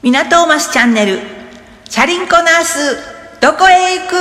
港大橋チャンネル、チャリンコナースどこへ行く。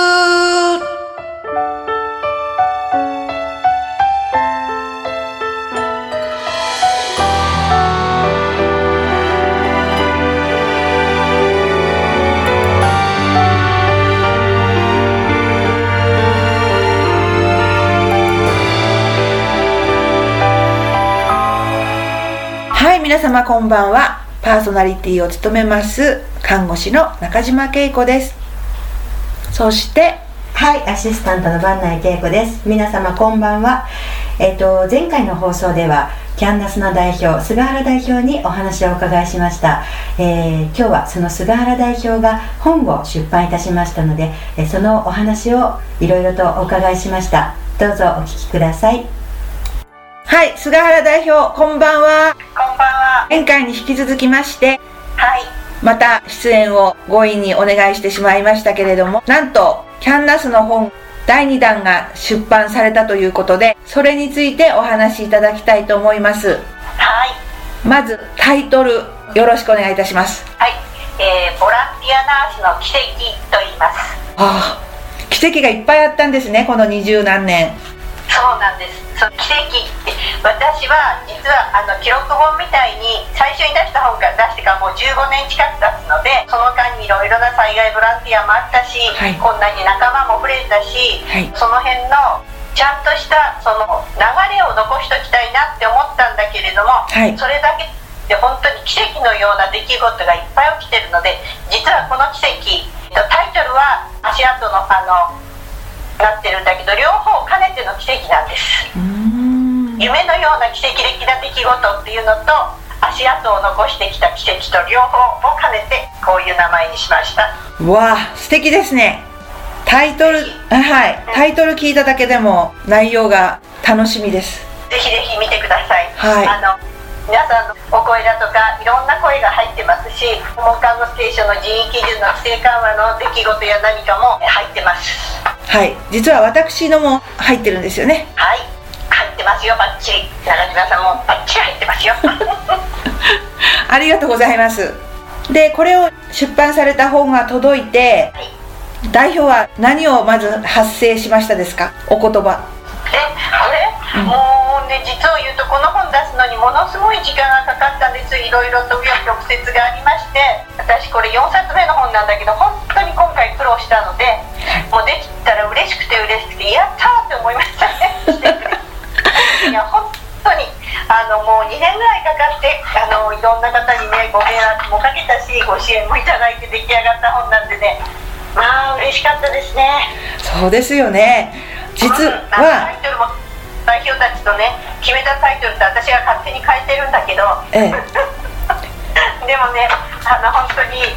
はい、皆様こんばんは。パーソナリティを務めます看護師の中島恵子です。そしてはい、アシスタントの坂内恵子です。皆様こんばんは。前回の放送ではキャンナスの代表菅原代表にお話をお伺いしました。今日はその菅原代表が本を出版いたしましたので、そのお話をいろいろとお伺いしました。どうぞお聞きください。 はい、菅原代表こんばんは。 こんばんは。 前回に引き続きまして、 はい、 また出演を強引にお願いしてしまいましたけれども、なんとキャンナスの本第2弾が出版されたということで、それについてお話しいただきたいと思います。 はい、 まずタイトルよろしくお願いいたします。 はい、ボランティアナースの奇跡と言います。 ああ、奇跡がいっぱいあったんですね、この20何年。 そうなんです。その奇跡って私は実は記録本みたいに最初に出した本が出してからもう15年近く経つので、その間にいろいろな災害ボランティアもあったし、はい、こんなに仲間も増えたし、はい、その辺のちゃんとしたその流れを残しときたいなって思ったんだけれども、はい、それだけで本当に奇跡のような出来事がいっぱい起きてるので、実はこの奇跡タイトルは足跡のなってるんだけど、両方兼ねての奇跡なんです。夢のような奇跡的な出来事っていうのと足跡を残してきた奇跡と両方を兼ねてこういう名前にしました。 わあ、素敵ですね。タイトル、はい、タイトル聞いただけでも内容が楽しみです。 ぜひぜひ見てください。 はい、 皆さんのお声だとかいろんな声が入ってますし、訪問看護ステーションの人員基準の規制緩和の出来事や何かも入ってます。 はい、実は私のも入ってるんですよね。 はい、入ってますよ、バッチリ。中島さんもバッチリ入ってますよ。 ありがとうございます。で、これを出版された本が届いて、はい、代表は何をまず発声しましたですか？お言葉。 これ、もうね、実を言うとこの本出すのにものすごい時間がかかったんです。いろいろと紆余曲折がありまして、私これ4冊目の本なんだけど、本当に今回苦労したので、もうできたら嬉しくてやったーって思いましたね。いや本当にもう2年ぐらいかかって、いろんな方にねご迷惑もかけたし、ご支援もいただいて出来上がった本なんでね、まあ嬉しかったですね。 そうですよね。実は、 タイトルも代表たちとね決めたタイトルと私が勝手に変えてるんだけど、でもね本当に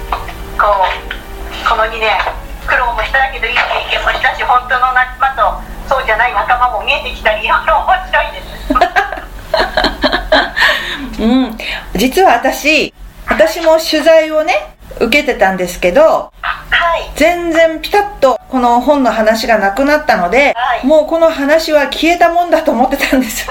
この2年苦労もしたけどいい経験もしたし、本当の仲間とそうじゃない仲間も見えてきたり、いろいろ面白いです。 実は私も取材をね受けてたんですけど、 はい、 全然ピタッとこの本の話がなくなったので、はい、もうこの話は消えたもんだと思ってたんです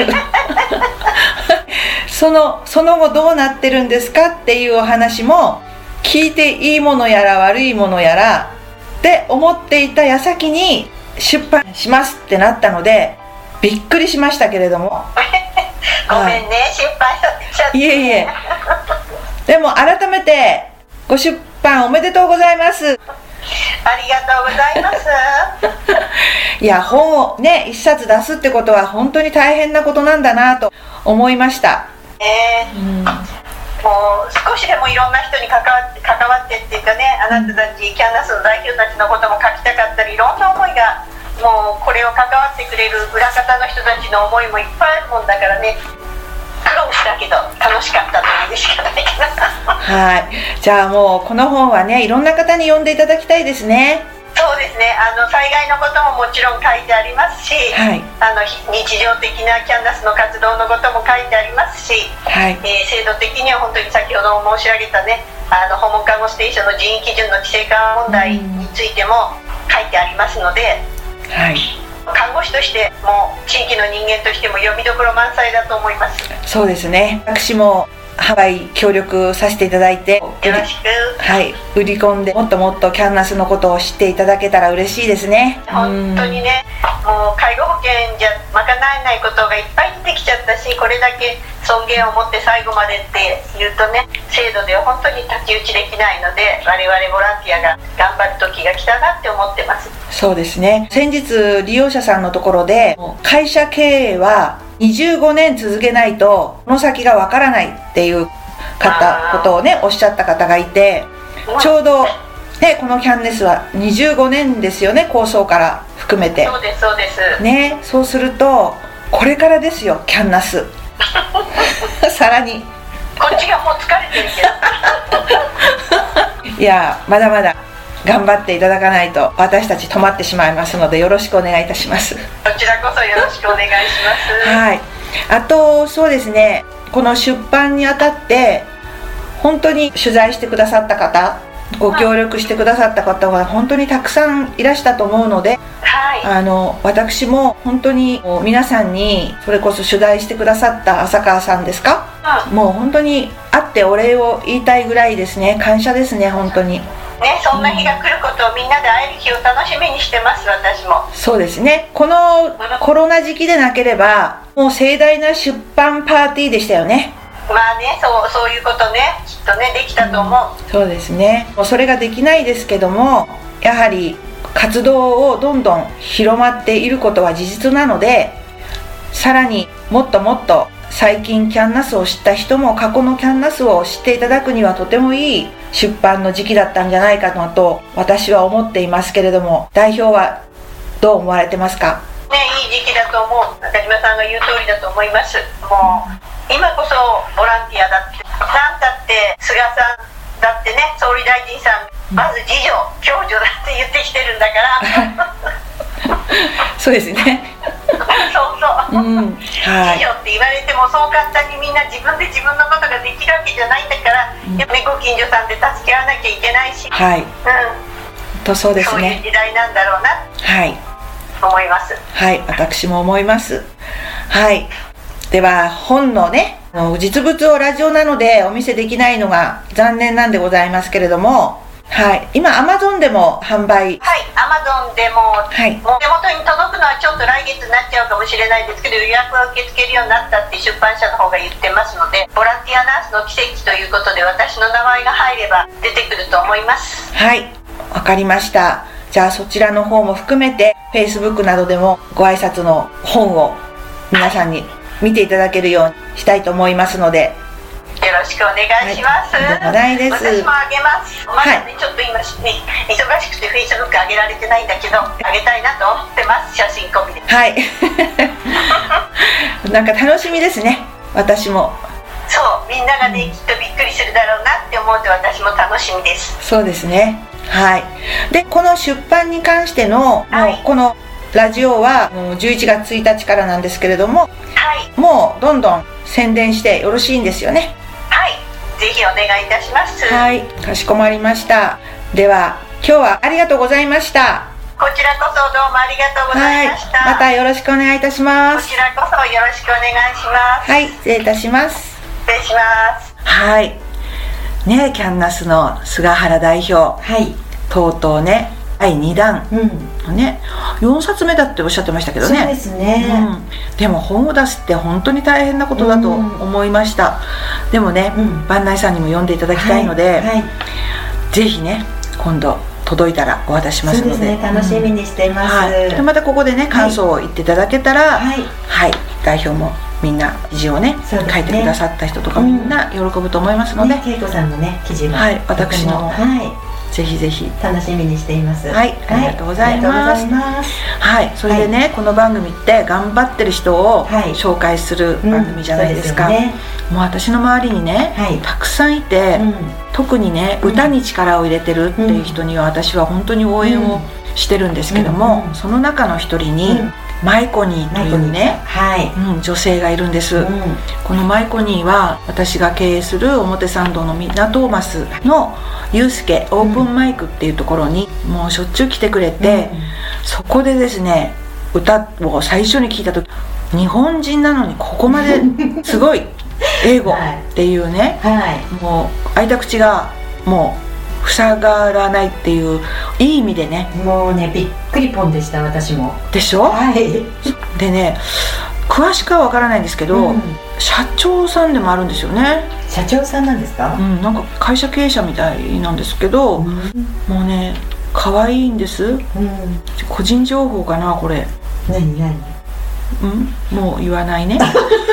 その後どうなってるんですかっていうお話も聞いていいものやら悪いものやらって思っていた矢先に出版しますってなったのでびっくりしましたけれどもごめんね、心配させちゃって。 いえいえでも改めてご出版おめでとうございます。 ありがとうございますいや、本をね一冊出すってことは本当に大変なことなんだなと思いました。 もう少しでもいろんな人に関わってっていうかね、あなたたちキャンナスの代表たちのことも書きたかったり、いろんな思いがもうこれを関わってくれる裏方の人たちの思いもいっぱいあるもんだからね、苦労したけど楽しかったというしかないかな。はい、 じゃあもうこの本はねいろんな方に読んでいただきたいですね。 そうですね、災害のことももちろん書いてありますし、はい、日常的なキャンナスの活動のことも書いてありますし、はい、制度的には本当に先ほど申し上げたね訪問看護ステーションの人員基準の規制緩和問題についても書いてありますので、はい、看護師としても地域の人間としても読みどころ満載だと思います。 そうですね、私も販売協力させていただいて、 よろしく。 はい、売り込んでもっともっとキャンナスのことを知っていただけたら嬉しいですね。 本当にね、もう介護保険じゃ賄えないことがいっぱい出てきちゃったし、これだけ尊厳を持って最後までって言うとね、制度では本当に太刀打ちできないので、我々ボランティアが頑張る時が来たなって思ってます。 そうですね。先日利用者さんのところで、会社経営は25年続けないとこの先がわからないっていうことをねおっしゃった方がいて、ちょうどねこのキャンネスは25年ですよね、構想から含めて。 そうですそうですね。そうするとこれからですよ、キャンナスさらにこっちがもう疲れてるけどいやまだまだ頑張っていただかないと私たち止まってしまいますので、よろしくお願いいたします。 こちらこそよろしくお願いしますはい。あとそうですね、この出版にあたって本当に取材してくださった方、ご協力してくださった方が本当にたくさんいらしたと思うので、 はい、 私も本当に皆さんにそれこそ取材してくださった浅川さんですか、もう本当に会ってお礼を言いたいぐらいですね。感謝ですね、本当にね。そんな日が来ることをみんなで会える日を楽しみにしてます、私も。 そうですね。このコロナ時期でなければもう盛大な出版パーティーでしたよね。 まあね、そういうことね、きっとねできたと思う、 そうですね。もうそれができないですけども、やはり活動をどんどん広まっていることは事実なので、さらにもっともっと最近キャンナスを知った人も過去のキャンナスを知っていただくにはとてもいい出版の時期だったんじゃないかなと私は思っていますけれども、代表はどう思われてますか？ ね、いい時期だと思う。中島さんが言う通りだと思います。もう今こそボランティアだって、なんだって菅さんだってね、総理大臣さん、まず次女共助だって言ってきてるんだからそうですねそうそう、 はい、 次女って言われてもそう簡単にみんな自分で自分のことができるわけじゃないんだから、やっぱりご近所さんで助け合わなきゃいけないし、 はい、とそうですね。 そういう時代なんだろうな、 はい、 思います。 はい、私も思います。はい。では本のね、実物をラジオなのでお見せできないのが残念なんでございますけれども、はい、今 Amazon でも販売、 はい、Amazon でも、 はい、 もう手元に届くのはちょっと来月になっちゃうかもしれないですけど、予約は受け付けるようになったって出版社の方が言ってますので、ボランティアナースの奇跡ということで私の名前が入れば出てくると思います。 はい、わかりました。じゃあそちらの方も含めて Facebook などでもご挨拶の本を皆さんに見ていただけるようにしたいと思いますので、 よろしくお願いします。 とんでもないです。 私もあげます。まだね、ちょっと今、忙しくて Facebook 上げられてないんだけど、あげたいなと思ってます。写真込みで。 はいなんか楽しみですね、私も。 そう、みんながね、きっとびっくりするだろうなって思うと私も楽しみです。 そうですね。はい。でこの出版に関しての、 はい、 もうこのラジオは11月1日からなんですけれども、 はい、 もうどんどん宣伝してよろしいんですよね。 はい、ぜひお願いいたします。 はい、かしこまりました。では今日はありがとうございました。 こちらこそどうもありがとうございました。 はい、またよろしくお願いいたします。 こちらこそよろしくお願いします。 はい、失礼いたします。 失礼します。 はい。ね、キャンナスの菅原代表、 はい、 とうとうね第2弾のね、4冊目だっておっしゃってましたけどね。 そうですね、 でも本を出すって本当に大変なことだと思いました。でもね、番内さんにも読んでいただきたいので、ぜひね今度届いたらお渡ししますので、 そうですね、楽しみにしています。 でまたここでね感想を言っていただけたら、はい、代表もみんな記事をね書いてくださった人とかみんな喜ぶと思いますので、 恵子さんのね記事も、 私のぜひぜひ楽しみにしています。 はい、ありがとうございます。はい、それでね、この番組って頑張ってる人を紹介する番組じゃないですか。もう私の周りにね、たくさんいて、特にね歌に力を入れてるっていう人には私は本当に応援をしてるんですけども、その中の一人にマイコニーというね、女性がいるんです。このマイコニーは私が経営する表参道のミナトーマスのユースケオープンマイクっていうところにもうしょっちゅう来てくれて、そこでですね歌を最初に聞いた時、日本人なのにここまですごい英語っていうね、もう開いた口がもう塞がらないっていういい意味でね、 もうねびっくりポンでした、私も。 でしょ。でね、詳しくは分からないんですけど、社長さんでもあるんですよね。 社長さんなんですか？ なんか会社経営者みたいなんですけど、もうね可愛いんです。個人情報かなこれ。 何？ もう言わないね。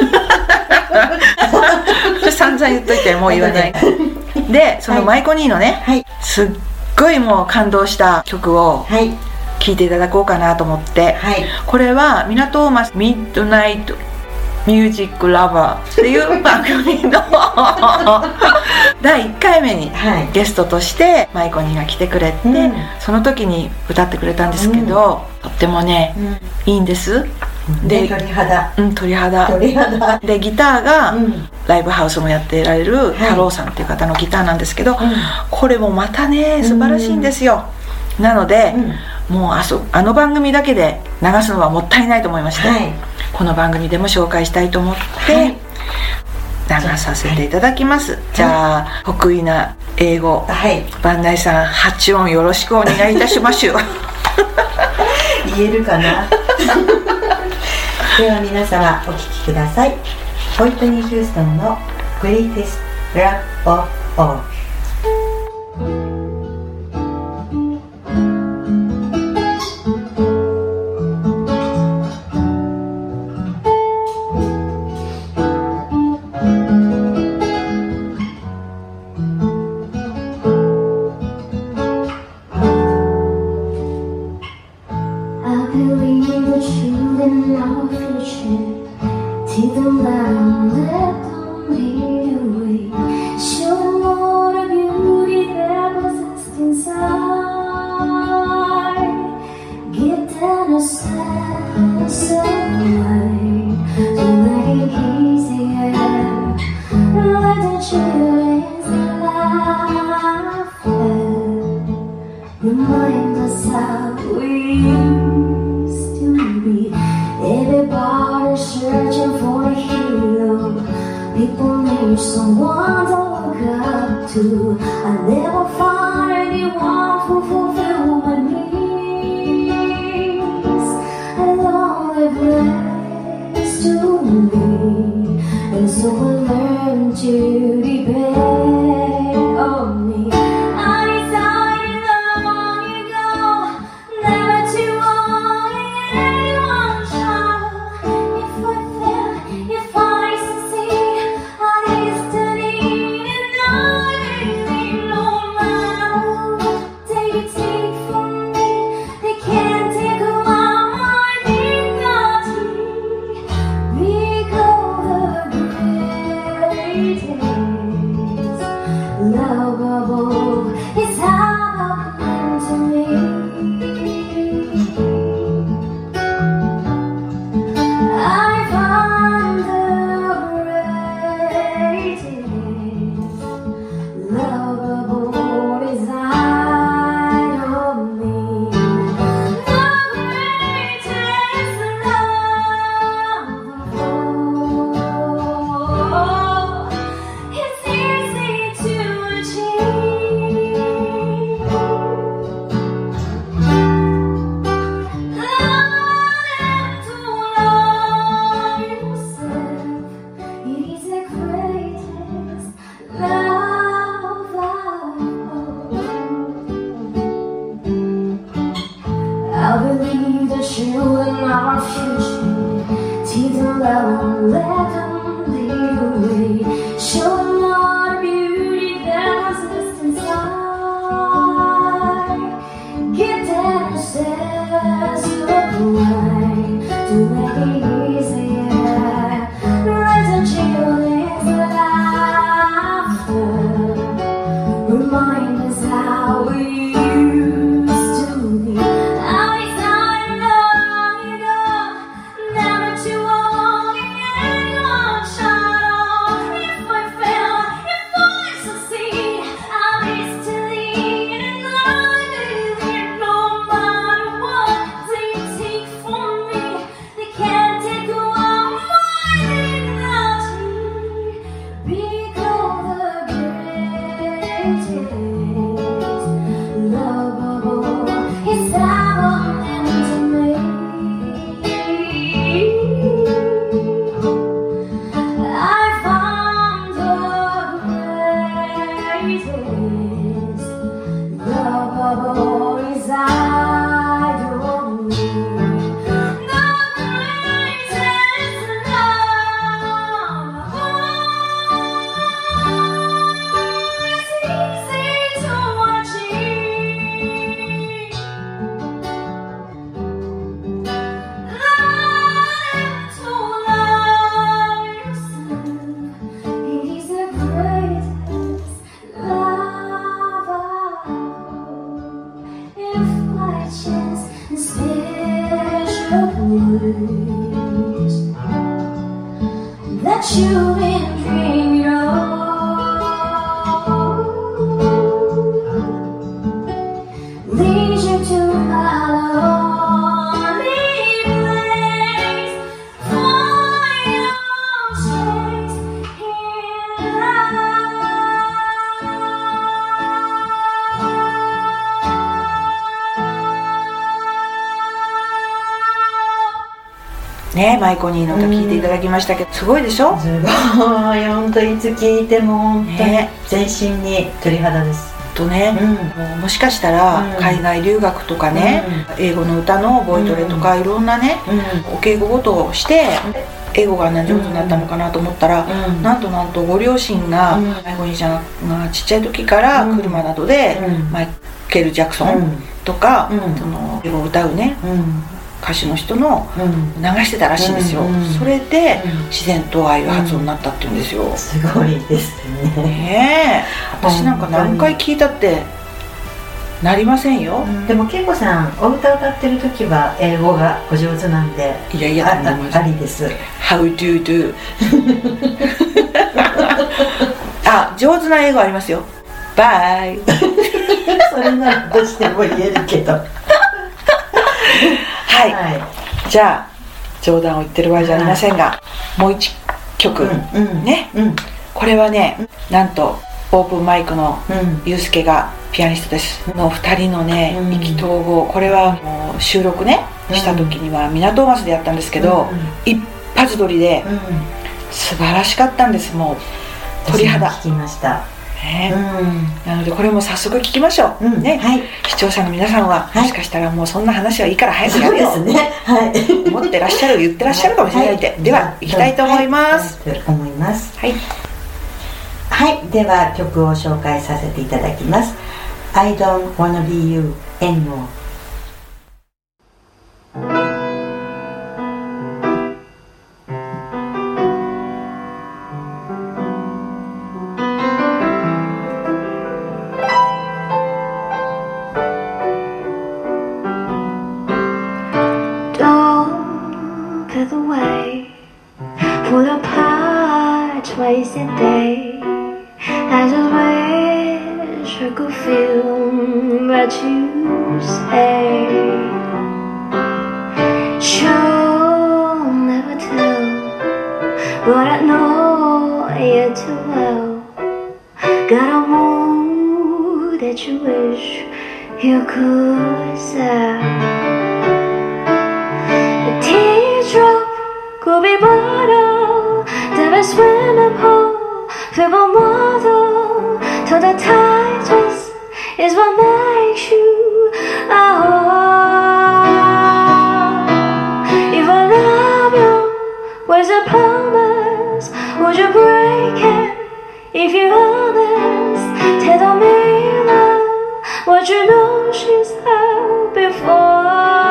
散々言っといてもう言わない。でそのマイコニーのね、すっごいもう感動した曲を聴いていただこうかなと思って、これはミナトーマスミッドナイトミュージックラバーっていう番組の第1回目にゲストとしてマイコニーが来てくれて、その時に歌ってくれたんですけど、とってもね、いいんです。で鳥肌、 鳥肌でギターがライブハウスもやってられる太郎さんっていう方のギターなんですけど、これもまたね素晴らしいんですよ。なので、もうあの番組だけで流すのはもったいないと思いまして、この番組でも紹介したいと思って流させていただきます。じゃあ得意な英語、番内さん発音よろしくお願いいたしますよ。 言えるかな。では皆様お聴きください。ホイットニー・ヒューストンの Greatest Love of All。 Remind us how we used to be. Everybody searching for a hero. People need someone to look up to. I never found anyone who fulfilled my needs. And all the place to me. And so I learned to depend on me. I believe that you and our future. Teach them love, let them lead the way. Show them all the beauty that exists inside. Give them access to the blind to make it easier. Let the children's laughter remind us how we used to be. greatest love of all reside on me. The greatest love of all is easy to achieve. Learn to love yourself. It is the greatest love of all. If by chance in special ways that you've been dreaming of, leads you to my lonely place, find your strength in ね、マイコニーの歌聞いていただきましたけど、すごいでしょ。 すごい、本当いつ聞いても本当にね全身に鳥肌です。 とね、もしかしたら海外留学とかね、英語の歌のボイトレとかいろんなね、お稽古ごとをして英語があんな上手になったのかなと思ったら、なんとご両親がマイコニーちゃんがちっちゃい時から車などでマイケル・ジャクソンとかその英語を歌うね歌手の人の流してたらしいんですよ。それで自然とああいう発音になったっていうんですよ。 すごいですね。 ねえ、私なんか何回聞いたってなりませんよ。 でも恵子さん、お歌歌ってる時は英語がお上手なんで、 いやいや、 ありです。 How do you do あ、上手な英語ありますよ。バイそれならどうしても言えるけどはい、じゃあ冗談を言ってる場合じゃありませんが、もう一曲ね、これはね、なんとオープンマイクのユースケがピアニストです。の2人のね意気投合、これはもう収録ねした時にはミナトーマスでやったんですけど、一発撮りで素晴らしかったんです。もう鳥肌聞きましたね。なのでこれも早速聞きましょうね。視聴者の皆さんはもしかしたらもうそんな話はいいから早くやるよ思ってらっしゃる、言ってらっしゃるかもしれないんで、では行きたいと思います。 はい、では曲を紹介させていただきます。 I don't wanna be you anymore。 Don't put away, pull apart twice a day. I just wish I could feel what you say. She'll never tell, but I know you too well. Got a mood that you wish you could sell. A teardrop could be bottled, never swimming home, feeble model. To the tide twist is what makes you. If I love you, where's the promise? Would you break it if you're honest? Tell me, love, what you know she's had before.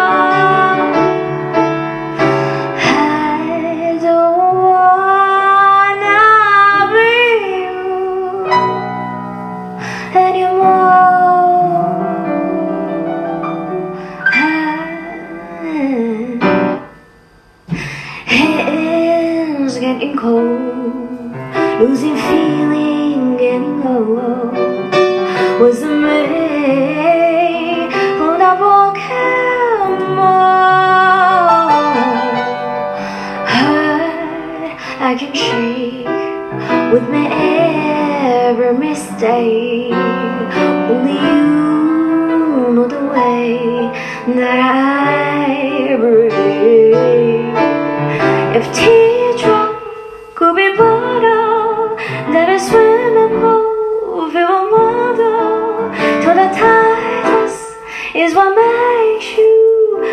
I don't wanna be you anymore. Hands getting cold, losing feeling, getting low. Was the me who never came more. Hurt, I can shake with my every mistake. Only you know the way that I breathe. If teardrop could be bottled, let us swim and move. is what makes you.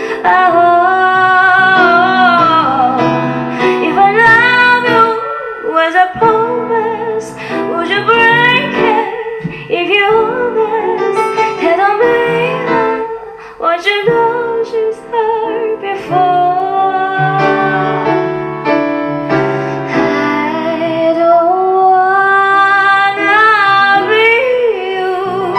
If I love you as I promised, would you break it if you honest? Tell me what you know she's heard before. I don't wanna be you.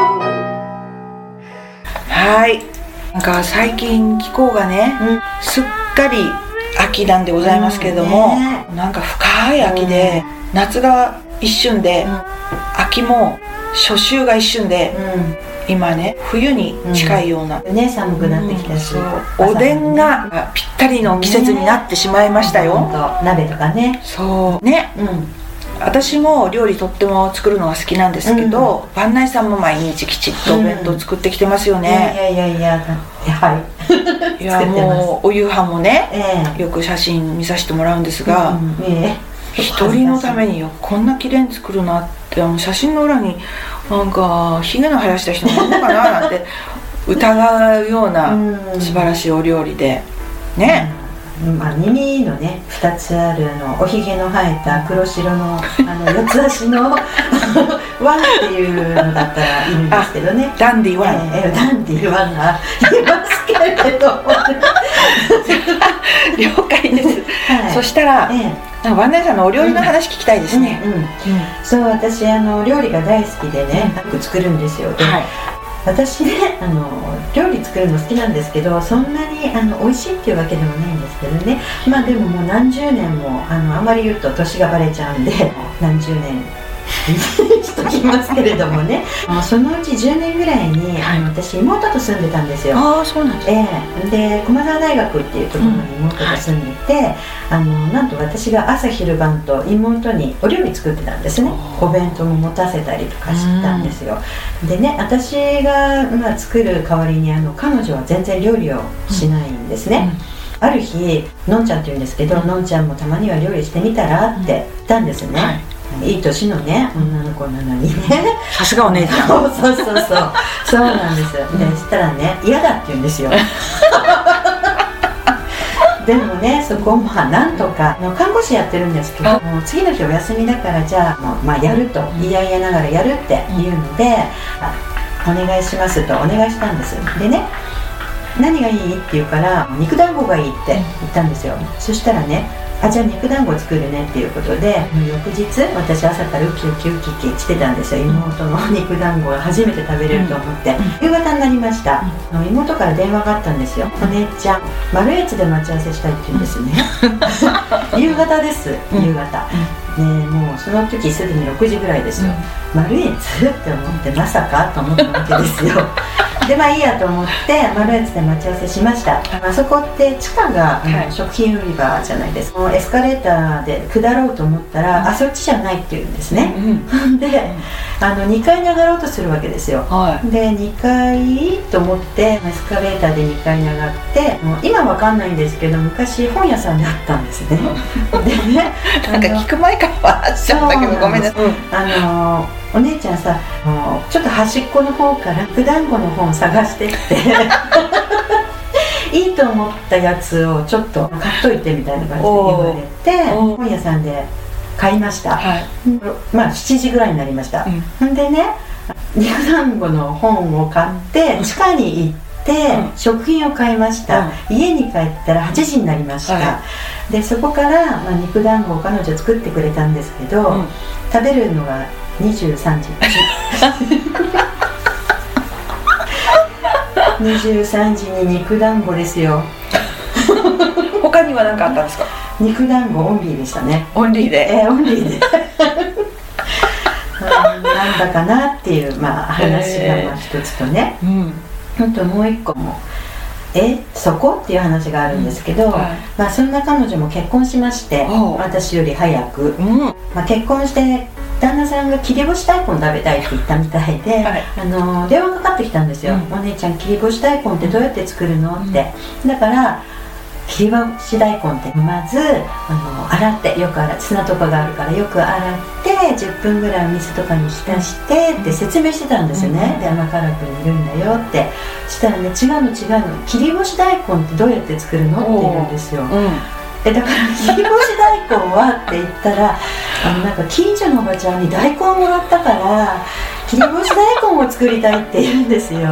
はい、なんか最近気候がね、すっかり秋なんでございますけれども、なんか深い秋で、夏が一瞬で、秋も初秋が一瞬で、今ね冬に近いような、 ね、寒くなってきたし、 おでんがぴったりの季節になってしまいましたよ。 鍋とかね。 そうね、私も料理とっても作るのが好きなんですけど、番内さんも毎日きちっとお弁当作ってきてますよね。 いやはいいやもうお夕飯もね、よく写真見させてもらうんですが、一人のためにこんな綺麗に作るなって、写真の裏になんかひげの生やした人もいるのかななんて疑うような素晴らしいお料理でね。 耳のね2つあるおひげの生えた黒白の四つ足のワンっていうのだったらいいんですけどね。 ダンディワン、 ダンディワンがいますけれども了解です、そしたらワンナイさんのお料理の話聞きたいですね。 そう、私料理が大好きでね、よく作るんですよ。私ね料理作るの好きなんですけど、そんなに美味しいっていうわけでもないんですけどね。まあでももう何十年もあまり言うと年がバレちゃうんで何十年しときますけれどもねそのうち10年ぐらいに私妹と住んでたんですよ。 ああ、そうなんですね。で駒澤大学っていうところに妹と住んでて、なんと私が朝昼晩と妹にお料理作ってたんですね。お弁当も持たせたりとかしてたんですよ。でね、私が、作る代わりに彼女は全然料理をしないんですね。ある日のんちゃんって言うんですけど、のんちゃんもたまには料理してみたらって言ったんですね。いい年のね女の子なのにね、 さすがお姉ちゃん。 そうなんです。でそしたらね、嫌だって言うんですよでもね、そこをなんとか看護師やってるんですけど、次の日お休みだからじゃあ、やると嫌々ながらやるっていうので、お願いしますとお願いしたんです。でね、何がいいって言うから肉団子がいいって言ったんですよ。そしたらね、じゃあ肉団子を作るねっていうことで、翌日私朝からウキウキしてたんですよ。妹の肉団子が初めて食べれると思って、夕方になりました。妹から電話があったんですよ。お姉ちゃんマルエツで待ち合わせしたいって言うんですね夕方です、夕方ね。もうその時すでに6時ぐらいですよ。マルエツって思って、まさかと思ったわけですよでいいやと思ってマルエツで待ち合わせしました。あそこって地下が食品売り場じゃないですか。エスカレーターで下ろうと思ったら、そっちじゃないって言うんですね。で2階に上がろうとするわけですよ。で2階と思ってエスカレーターで2階に上がって、今わかんないんですけど昔本屋さんであったんですねでね、 なんか聞く前から笑っちゃったけどごめんなさい。 お姉ちゃんさ、ちょっと端っこの方から肉団子の本探してっていいと思ったやつをちょっと買っといてみたいな感じで言われて、本屋さんで買いました。7時ぐらいになりました。でね、肉団子の本を買って地下に行って食品を買いました。家に帰ったら8時になりました。でそこから、肉団子を彼女作ってくれたんですけど、食べるのが23時23時に肉団子ですよ他には何かあったんですか？ 肉団子オンリーでしたね。 オンリーで、 オンリーでなんだかなっていう、話が一つとね、あともう一個もそこっていう話があるんですけど、そんな彼女も結婚しまして、私より早く、結婚して旦那さんが切り干し大根食べたいって言ったみたいで、電話かかってきたんですよ。お姉ちゃん切り干し大根ってどうやって作るのって。だから切り干し大根ってまず洗って、よく洗って砂とかがあるからよく洗って、 10分ぐらい水とかに浸してって説明してたんですよね、で甘辛く煮るんだよって。そしたらね、違うの切り干し大根ってどうやって作るのって言うんですよ。だから切り干し大根はって言ったらなんか近所のおばちゃんに大根をもらったから切り干し大根を作りたいって言うんですよ。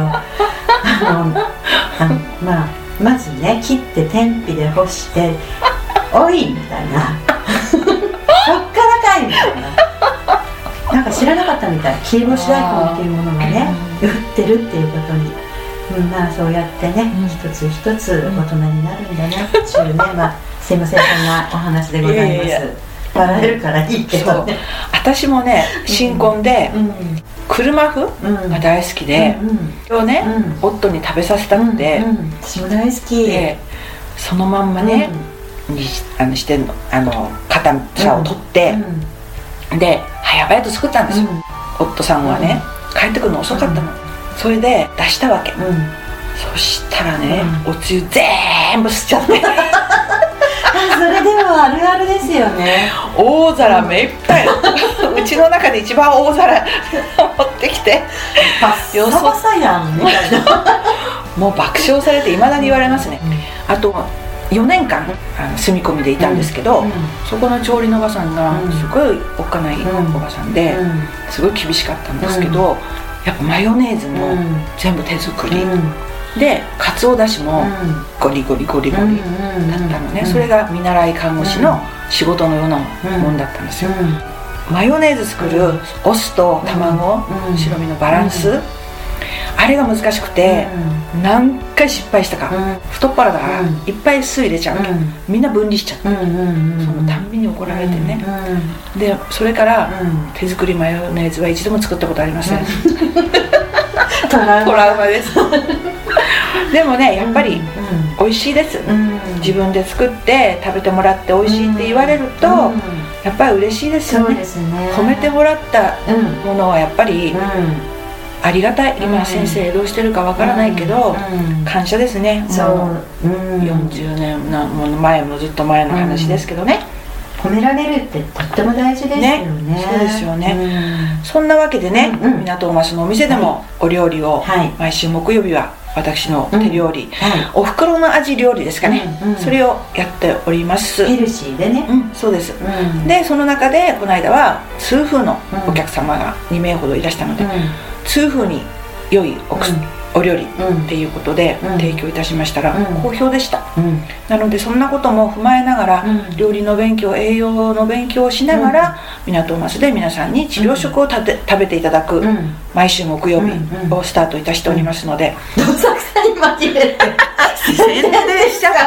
まずね、切って天日で干して「おい!」みたいな「そっからかい!」みたいな、なんか知らなかったみたい。切り干し大根っていうものがね売ってるっていうことに、そうやってね、一つ一つ大人になるんだなっていうね、すいません、そんなお話でございます。笑えるからいいけどね。 私もね、新婚で車麩が大好きで、それをね、夫に食べさせたくて、 私も大好きで、そのまんまね、してんの、硬さを取って、で早々と作ったんですよ。夫さんはね、帰ってくるの遅かったの。それで出したわけ。そしたらね、おつゆ全部吸っちゃって。 それでもあるあるですよね。 大皿目いっぱい、うちの中で一番大皿持ってきて、 パッサパサやんみたいな。 もう爆笑されて、いまだに言われますね。あと4年間住み込みでいたんですけど、そこの調理のおばさんがすごいおっかないおばさんで、すごい厳しかったんですけど、やっぱマヨネーズも全部手作りで、かつおだしもゴリゴリゴリゴリだったのね。それが見習い看護師の仕事のようなもんだったんですよ。マヨネーズ作るお酢と卵、白身のバランス、あれが難しくて何回失敗したか。太っ腹だからいっぱい酢入れちゃうわけ。みんな分離しちゃって、そのたんびに怒られてね。でそれから手作りマヨネーズは一度も作ったことありません。トラウマです。でもね、やっぱり美味しいです。自分で作って食べてもらって美味しいって言われるとやっぱり嬉しいですよね。褒めてもらったものはやっぱりありがたい。今先生どうしてるかわからないけど感謝ですね。もう40年前もずっと前の話ですけどね。 褒められるってとっても大事ですよね。 そうですよね。そんなわけでね、港増のお店でもお料理を毎週木曜日は私の手料理、おふくろの味料理ですかね、それをやっております。 ヘルシーでね。 そうです。でその中でこの間は痛風のお客様が2名ほどいらしたので、痛風に良いお料理っていうことで提供いたしましたら好評でした。なのでそんなことも踏まえながら料理の勉強、栄養の勉強をしながら港増で皆さんに治療食を食べていただく毎週木曜日をスタートいたしておりますので、 どさくさに紛れて宣伝しちゃった。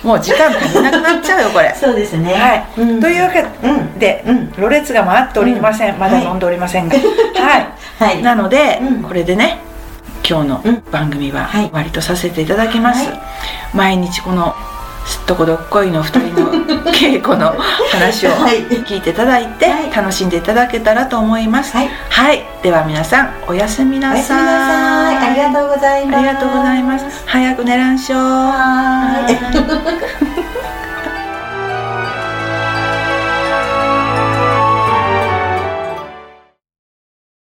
もう時間足りなくなっちゃうよこれ。 そうですね。 はい。というわけでろれつが回っておりません。まだ飲んでおりませんが、はい。なのでこれでね、今日の番組は終わりとさせていただきます。毎日このすっとこどっこいの2人の稽古の話を聞いていただいて楽しんでいただけたらと思います。はい、では皆さんおやすみなさい。 ありがとうございます。 ありがとうございます。早く寝らんしょー。